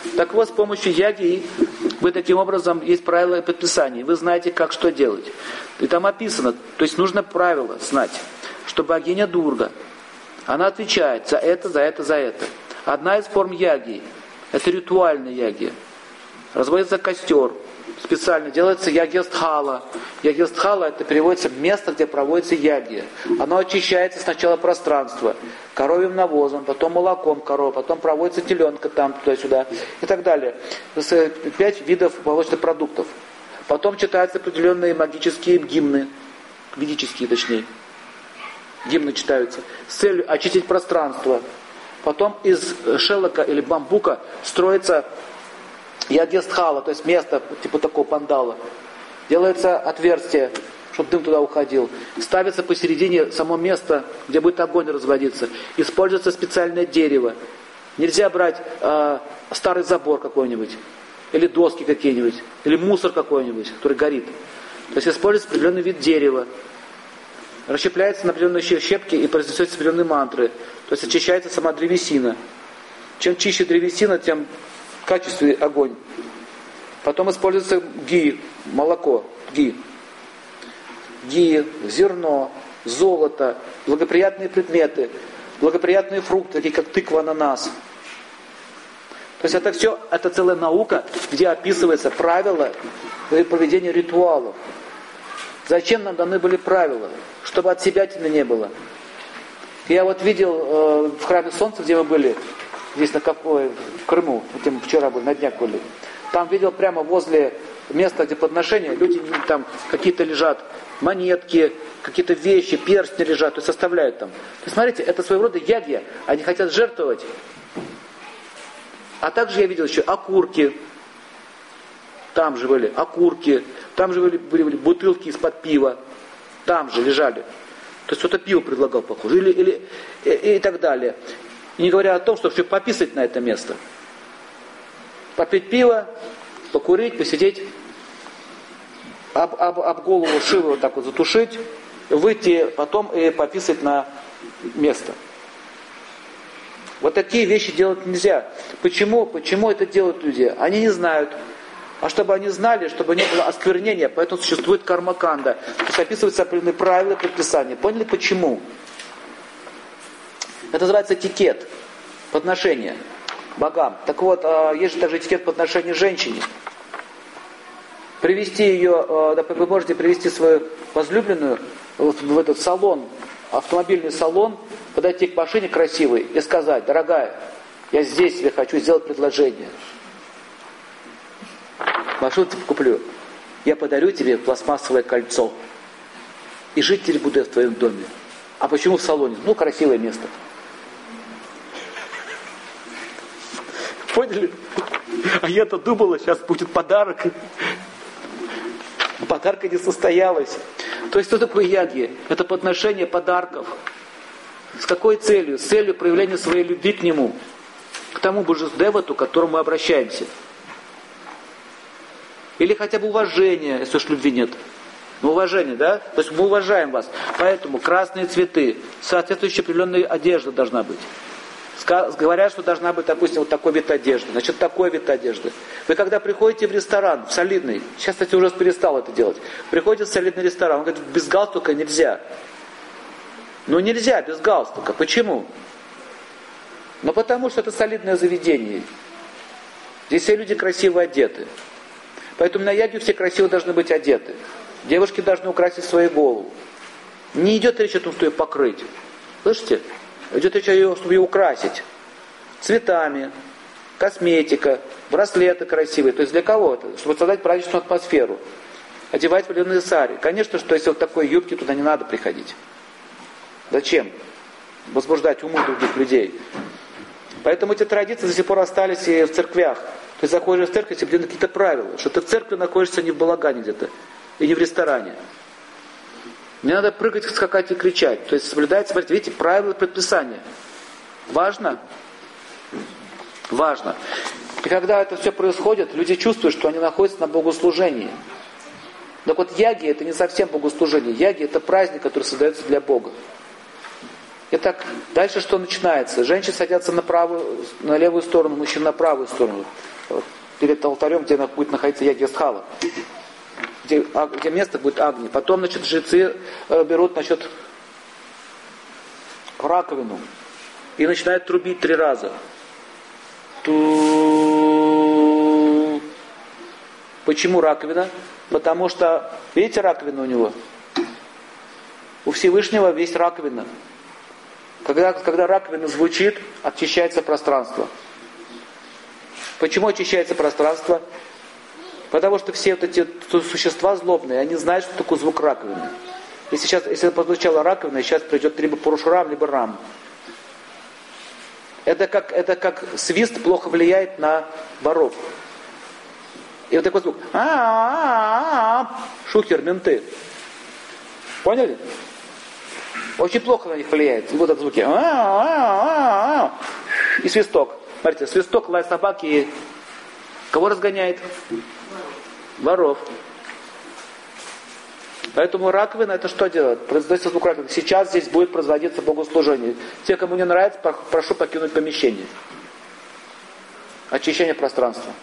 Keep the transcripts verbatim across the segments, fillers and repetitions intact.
Так вот, с помощью яги вы таким образом, есть правила и предписания. Вы знаете, как что делать. И там описано, то есть нужно правило знать, что богиня Дурга, она отвечает за это, за это, за это. Одна из форм яги, это ритуальная яги. Разводится костер, специально делается ягестхала. Ягестхала это переводится место, где проводится яги. Оно очищается сначала пространство, коровьим навозом, потом молоком коровы, потом проводится теленка там, туда-сюда и так далее. Пять видов молочных продуктов. Потом читаются определенные магические гимны, ведические точнее. Гимны читаются с целью очистить пространство. Потом из шелока или бамбука строится ягестхала, то есть место типа такого пандала. Делается отверстие, чтобы дым туда уходил. Ставится посередине само место, где будет огонь разводиться. Используется специальное дерево. Нельзя брать э, старый забор какой-нибудь, или доски какие-нибудь, или мусор какой-нибудь, который горит. То есть используется определенный вид дерева. Расщепляется на определенные щепки и произносятся определенные мантры. То есть очищается сама древесина. Чем чище древесина, тем качественный огонь. Потом используется ги, молоко, ги. Ги, зерно, золото, благоприятные предметы, благоприятные фрукты, такие как тыква, ананас. То есть это все, это целая наука, где описывается правила проведения ритуалов. Зачем нам даны были правила? Чтобы от себятины не было. Я вот видел э, в храме Солнца, где мы были, здесь на Капое, в Крыму, где мы вчера были, на днях были. Там видел прямо возле места, где подношения, люди там какие-то лежат, монетки, какие-то вещи, перстни лежат, то есть оставляют там. То есть смотрите, это своего рода ягья, они хотят жертвовать. А также я видел еще окурки. Там же были окурки, там же были, были, были бутылки из-под пива, там же лежали. То есть кто-то пиво предлагал, похоже, или, или, и, и так далее. И не говоря о том, чтобы еще пописать на это место. Попить пиво, покурить, посидеть, об, об, об голову Шивы вот так вот затушить, выйти потом и пописать на место. Вот такие вещи делать нельзя. Почему? Почему это делают люди? Они не знают. А чтобы они знали, чтобы не было осквернения, поэтому существует кармаканда. То есть описываются определенные правила предписания. Поняли почему? Это называется этикет, подношение богам. Так вот, есть же также этикет подношения женщине. Привести ее, вы можете привести свою возлюбленную в этот салон, автомобильный салон, подойти к машине красивой и сказать: дорогая, я здесь тебе хочу сделать предложение. Машину куплю, я подарю тебе пластмассовое кольцо. И жить теперь буду я в твоем доме. А почему в салоне? Ну, красивое место. Поняли? А я-то думала, сейчас будет подарок. Подарка не состоялось. То есть, что такое яги? Это подношение подарков. С какой целью? С целью проявления своей любви к нему. К тому Божеству, к которому мы обращаемся. Или хотя бы уважение, если уж любви нет. Ну, уважение, да? То есть мы уважаем вас. Поэтому красные цветы, соответствующая определенная одежда должна быть. Говорят, что должна быть, допустим, вот такой вид одежды. Значит, такой вид одежды. Вы когда приходите в ресторан, в солидный, сейчас, кстати, уже перестал это делать. Приходите в солидный ресторан, он говорит, без галстука нельзя. Ну, нельзя без галстука. Почему? Ну, потому что это солидное заведение. Здесь все люди красиво одеты. Поэтому на яге все красиво должны быть одеты. Девушки должны украсить свою голову. Не идет речь о том, что ее покрыть. Слышите? Идет речь о том, чтобы ее украсить. Цветами, косметика, браслеты красивые. То есть для кого это? Чтобы создать праздничную атмосферу. Одевать определенные сари. Конечно, что если вот такой юбки, туда не надо приходить. Зачем? Возбуждать умы других людей. Поэтому эти традиции до сих пор остались и в церквях. Ты заходишь в церковь, тебе какие-то правила, что ты в церкви находишься не в балагане где-то, и не в ресторане. Не надо прыгать, скакать и кричать. То есть соблюдать, смотрите, видите, правила предписания. Важно? Важно. И когда это все происходит, люди чувствуют, что они находятся на богослужении. Так вот, яги это не совсем богослужение. Яги это праздник, который создается для Бога. Итак, дальше что начинается? Женщины садятся на правую, на левую сторону, мужчин на правую сторону. Перед алтарем, где будет находиться Ягья-стхала. Где, где место будет Агни. Потом, значит, жрецы берут, значит, раковину и начинают трубить три раза. Ту. Почему раковина? Потому что, видите, раковина у него? У Всевышнего есть раковина. Когда, когда раковина звучит, очищается пространство. Почему очищается пространство? Потому что все вот эти существа злобные, они знают, что такое звук раковины. Если сейчас, если прозвучала раковина, сейчас придет либо Пурушурам, либо Рам. Это как, это как свист плохо влияет на воров. И вот такой звук. А-а-а-а-а. Шухер, менты. Поняли? Очень плохо на них влияет. И вот этот звуки. А-а-а-а-а. И свисток. Смотрите, свисток, лай собаки. Кого разгоняет? Воров. Поэтому раковина это что делает? Производится звук раковины. Сейчас здесь будет производиться богослужение. Те, кому не нравится, прошу покинуть помещение. Очищение пространства.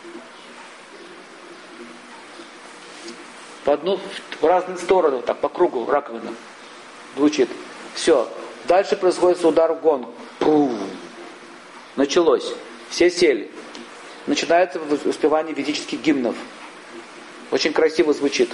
В одну, в разные стороны, так, по кругу раковина звучит. Все. Дальше происходит удар в гонг. Пу. Началось. Все сели. Начинается воспевание ведических гимнов. Очень красиво звучит.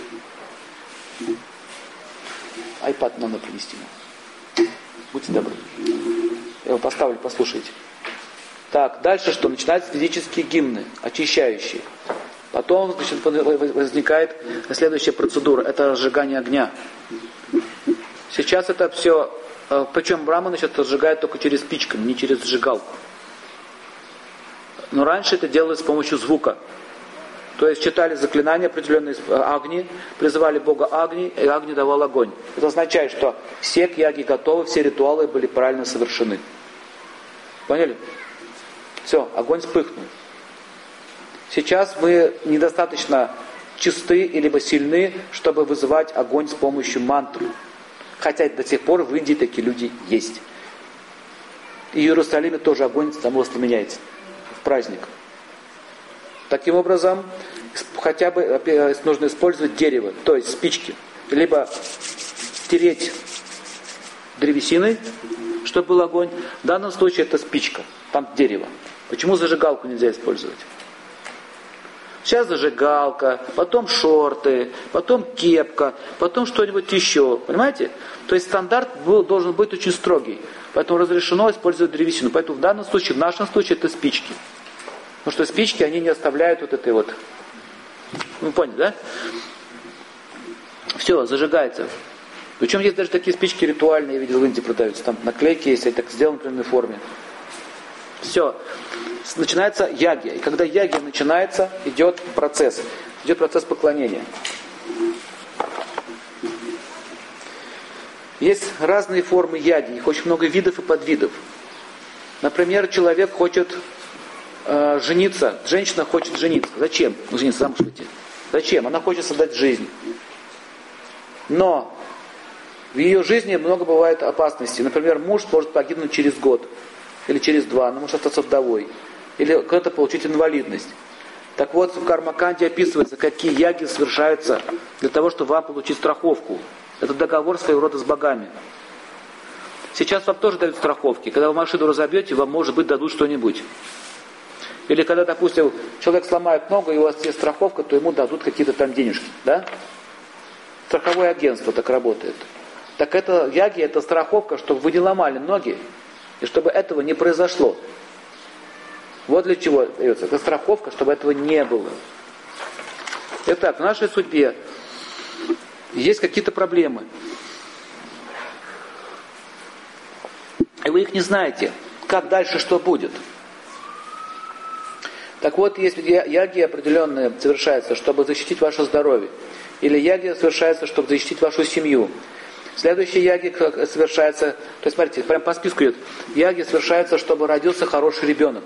Айпад надо принести. Будьте добры. Я его поставлю, послушайте. Так, дальше что? Начинаются физические гимны, очищающие. Потом, значит, возникает следующая процедура. Это разжигание огня. Сейчас это все... Причем Брахма, значит, разжигает только через спичку, не через зажигалку. Но раньше это делалось с помощью звука. То есть читали заклинания определенные Агни, призывали Бога Агни, и Агни давал огонь. Это означает, что все яги готовы, все ритуалы были правильно совершены. Поняли? Все, огонь вспыхнул. Сейчас мы недостаточно чисты либо сильны, чтобы вызывать огонь с помощью мантры. Хотя до сих пор в Индии такие люди есть. И в Иерусалиме тоже огонь само воспламеняется в праздник. Таким образом, хотя бы нужно использовать дерево, то есть спички. Либо тереть древесиной, чтобы был огонь. В данном случае это спичка, там дерево. Почему зажигалку нельзя использовать? Сейчас зажигалка, потом шорты, потом кепка, потом что-нибудь еще. Понимаете? То есть стандарт был, должен быть очень строгий. Поэтому разрешено использовать древесину. Поэтому в данном случае, в нашем случае, это спички. Потому что спички, они не оставляют вот этой вот... Вы поняли, да? Все, зажигается. Причем есть даже такие спички ритуальные, я видел в Индии продаются. Там наклейки есть, так сделаны в определенной форме. Все. Начинается ягья. И когда ягья начинается, идет процесс. Идет процесс поклонения. Есть разные формы ягьи. Их очень много видов и подвидов. Например, человек хочет э, жениться. Женщина хочет жениться. Зачем? Ну, жениться, замуж выйти. Зачем? Она хочет создать жизнь. Но в ее жизни много бывает опасностей. Например, муж может погибнуть через год. Или через два. Она может остаться вдовой. Или кто-то получить инвалидность. Так вот, в Кармаканде описывается, какие яги совершаются для того, чтобы вам получить страховку. Это договор своего рода с богами. Сейчас вам тоже дают страховки. Когда вы машину разобьете, вам, может быть, дадут что-нибудь. Или когда, допустим, человек сломает ногу, и у вас есть страховка, то ему дадут какие-то там денежки. Да? Страховое агентство так работает. Так это яги, это страховка, чтобы вы не ломали ноги, и чтобы этого не произошло. Вот для чего дается. Это страховка, чтобы этого не было. Итак, в нашей судьбе есть какие-то проблемы. И вы их не знаете. Как дальше, что будет. Так вот, если яги определенные совершаются, чтобы защитить ваше здоровье, или яги совершаются, чтобы защитить вашу семью, следующие яги совершаются, то есть, смотрите, прям по списку идет, яги совершаются, чтобы родился хороший ребенок.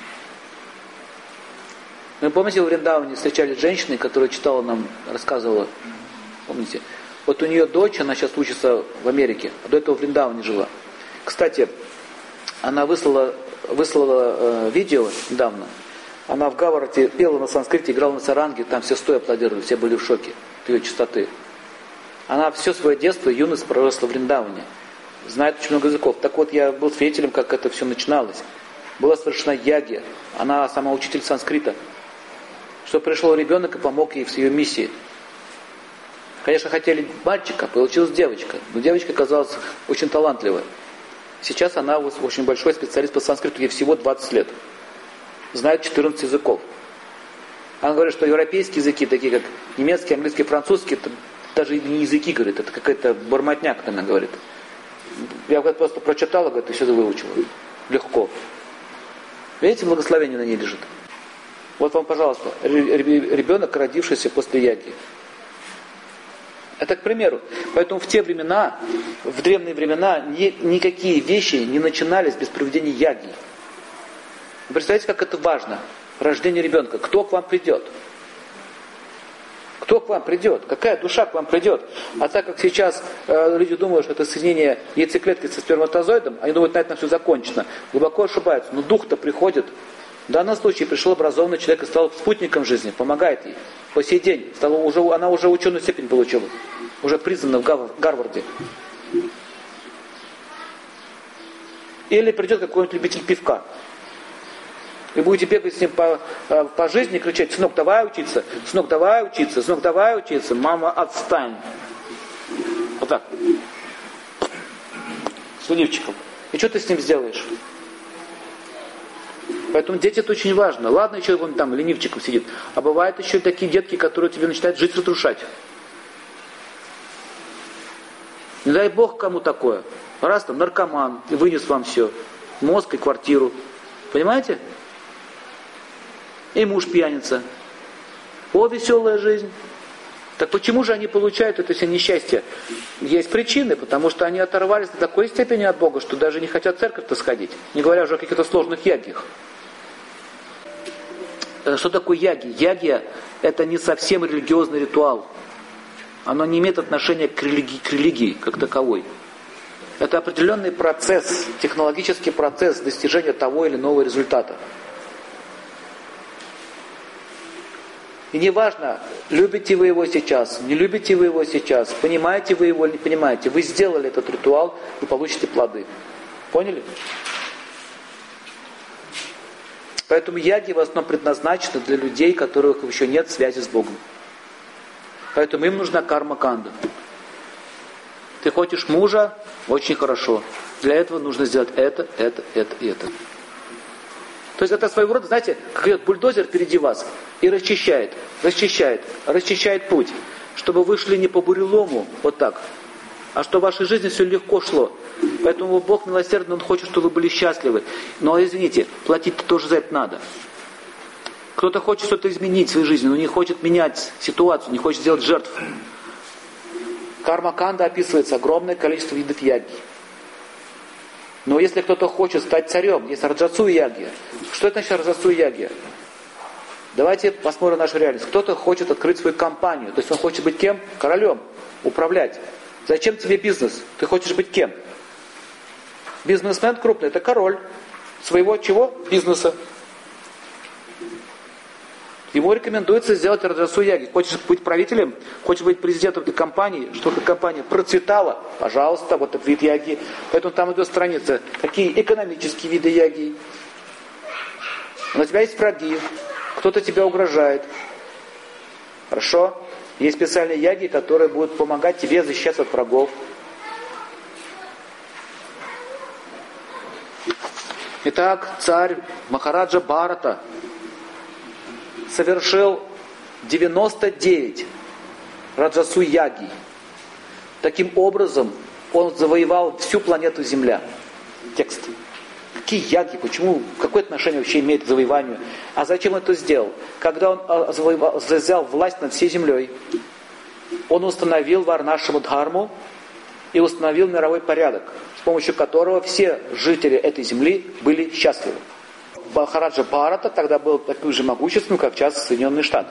Вы помните, в Вриндаване встречались женщины, которая читала нам, рассказывала, помните? Вот у нее дочь, она сейчас учится в Америке, а до этого в Вриндаване жила. Кстати, она выслала, выслала э, видео недавно. Она в Гаварте пела на санскрите, играла на саранге, там все стоя аплодировали, все были в шоке от ее чистоты. Она все свое детство, юность проросла в Вриндаване. Знает очень много языков. Так вот, я был свидетелем, как это все начиналось. Была совершена яги. Она сама учитель санскрита. Что пришел ребенок и помог ей в ее миссии. Конечно, хотели мальчика, получилась девочка. Но девочка оказалась очень талантливая. Сейчас она очень большой специалист по санскриту, ей всего двадцать лет. Знает четырнадцать языков. Она говорит, что европейские языки, такие как немецкий, английский, французский, это даже не языки, говорит, это какая-то бормотня, как она говорит. Я говорит, просто прочитала, говорит, и все выучила. Легко. Видите, благословение на ней лежит. Вот вам, пожалуйста, ребенок, родившийся после яги. Это к примеру. Поэтому в те времена, в древние времена, ни, никакие вещи не начинались без проведения яги. Вы представляете, как это важно? Рождение ребенка. Кто к вам придет? Кто к вам придет? Какая душа к вам придет? А так как сейчас э, люди думают, что это соединение яйцеклетки со сперматозоидом, они думают, на этом все закончено. Глубоко ошибаются. Но дух-то приходит. В данном случае пришел образованный человек и стал спутником жизни, помогает ей. По сей день стала уже, она уже ученую степень получила. Уже признана в Гарварде. Или придет какой-нибудь любитель пивка. И будете бегать с ним по, по жизни и кричать: сынок, давай учиться, сынок, давай учиться, сынок, давай учиться, мама, отстань. Вот так. С ленивчиком. И что ты с ним сделаешь? Поэтому дети это очень важно. Ладно, еще он там ленивчиком сидит. А бывают еще такие детки, которые тебе начинают жизнь разрушать. Не дай Бог кому такое. Раз там наркоман, и вынес вам все. Мозг и квартиру. Понимаете? И муж пьяница. О, веселая жизнь. Так почему же они получают это все несчастье? Есть причины, потому что они оторвались до такой степени от Бога, что даже не хотят в церковь-то сходить. Не говоря уже о каких-то сложных ягиях. Что такое яги? Ягия – это не совсем религиозный ритуал. Оно не имеет отношения к религии, к религии как таковой. Это определенный процесс, технологический процесс достижения того или иного результата. И неважно, любите вы его сейчас, не любите вы его сейчас, понимаете вы его или не понимаете, вы сделали этот ритуал и получите плоды. Поняли? Поэтому яги в основном предназначены для людей, у которых еще нет связи с Богом. Поэтому им нужна карма-канда. Ты хочешь мужа? Очень хорошо. Для этого нужно сделать это, это, это и это. То есть это своего рода, знаете, как идет бульдозер впереди вас и расчищает, расчищает, расчищает путь, чтобы вы шли не по бурелому, вот так, а что в вашей жизни все легко шло. Поэтому Бог милосердный, Он хочет, чтобы вы были счастливы. Но извините, платить-то тоже за это надо. Кто-то хочет что-то изменить в своей жизни, но не хочет менять ситуацию, не хочет сделать жертв. Карма-канда описывается огромное количество видов яги. Но если кто-то хочет стать царем, есть раджасу ягия. Что это значит раджасу ягия? Давайте посмотрим нашу реальность. Кто-то хочет открыть свою компанию. То есть он хочет быть кем? Королем. Управлять. Зачем тебе бизнес? Ты хочешь быть кем? Бизнесмен крупный, это король. Своего чего? Бизнеса. Ему рекомендуется сделать раджасу яги. Хочешь быть правителем? Хочешь быть президентом этой компании? Чтобы компания процветала? Пожалуйста, вот этот вид яги. Поэтому там идет страница. Какие экономические виды яги? У тебя есть враги. Кто-то тебя угрожает. Хорошо? Есть специальные яги, которые будут помогать тебе защищаться от врагов. Итак, царь Махараджа Бхарата совершил девяносто девять раджасу яги. Таким образом, он завоевал всю планету Земля. Текст. Какие яги? Почему? Какое отношение вообще имеет к завоеванию? А зачем он это сделал? Когда он завоевал, взял власть над всей Землей, он установил варнашраму дхарму и установил мировой порядок, с помощью которого все жители этой земли были счастливы. Махараджа Бхарата тогда был такой же могущественным, как сейчас Соединенные Штаты.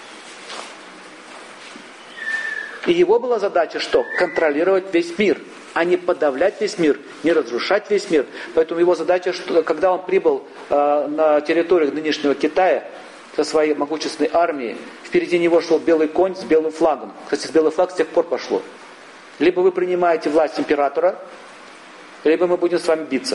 И его была задача что? Контролировать весь мир. а не подавлять весь мир, не разрушать весь мир. Поэтому его задача, что когда он прибыл э, на территорию нынешнего Китая со своей могущественной армией, впереди него шел белый конь с белым флагом. Кстати, белый флаг с тех пор пошло. Либо вы принимаете власть императора, либо мы будем с вами биться.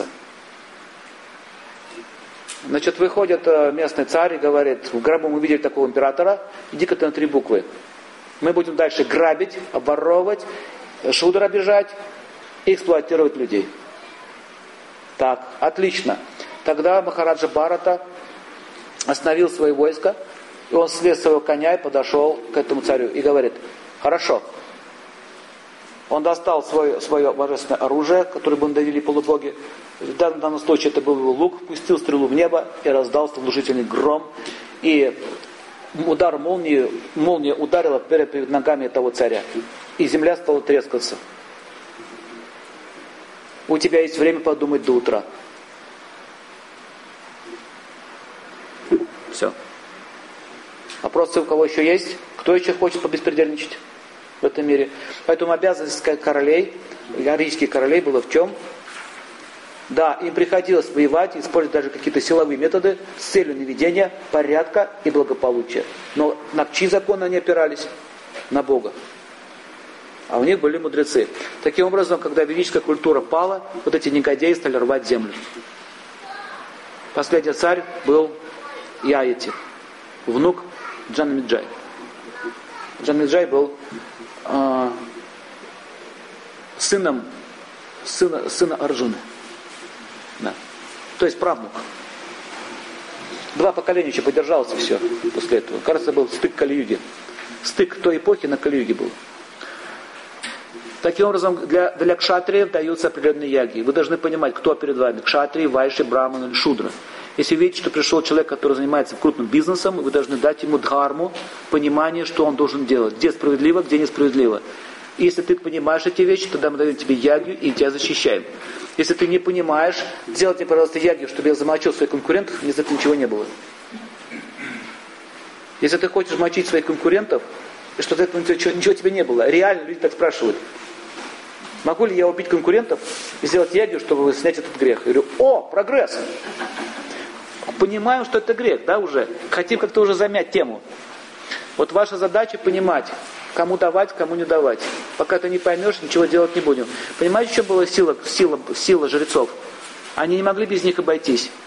Значит, выходит местный царь и говорит: в гробу мы видели такого императора, иди-ка ты на три буквы. Мы будем дальше грабить, обворовывать, шудер обижать и эксплуатировать людей. Так, отлично. Тогда Махараджа Бхарата остановил свои войска, и он слез с своего коня и подошел к этому царю и говорит: хорошо. Он достал свое, свое божественное оружие, которое бы довели полубоги. В данном случае это был его лук, пустил стрелу в небо и раздался оглушительный гром. И удар молнии, молния ударила перед ногами этого царя. И земля стала трескаться. У тебя есть время подумать до утра. Все. Вопросы у кого еще есть? Кто еще хочет побеспредельничать в этом мире? Поэтому обязанность королей, арийских королей, была в чем? Да, им приходилось воевать, использовать даже какие-то силовые методы с целью наведения порядка и благополучия. Но на чьи законы они опирались? На Бога. А у них были мудрецы. Таким образом, когда ведическая культура пала, вот эти негодяи стали рвать землю. Последний царь был Яяти, внук Джанамеджай. Джанамеджай был э, сыном сына, сына Арджуны. Да. То есть правнук. Два поколения еще поддержалось все после этого. Кажется, был стык Кали-юги. Стык той эпохи на Кали-юге был. Таким образом, для, для кшатриев даются определенные яги. Вы должны понимать, кто перед вами. Кшатрии, вайши, браман или шудра. Если вы видите, что пришел человек, который занимается крупным бизнесом, вы должны дать ему дхарму, понимание, что он должен делать. Где справедливо, где несправедливо. И если ты понимаешь эти вещи, тогда мы даем тебе ягью и тебя защищаем. Если ты не понимаешь, сделайте, пожалуйста, ягью, чтобы я замочил своих конкурентов, ни за это ничего не было. Если ты хочешь мочить своих конкурентов, и что этого ничего, ничего тебе не было. Реально люди так спрашивают. Могу ли я убить конкурентов и сделать ягью, чтобы снять этот грех? Я говорю: о, прогресс! Понимаем, что это грех, да, уже? Хотим как-то уже замять тему. Вот ваша задача понимать, кому давать, кому не давать. Пока ты не поймешь, ничего делать не будем. Понимаете, что была сила, сила, сила жрецов? Они не могли без них обойтись.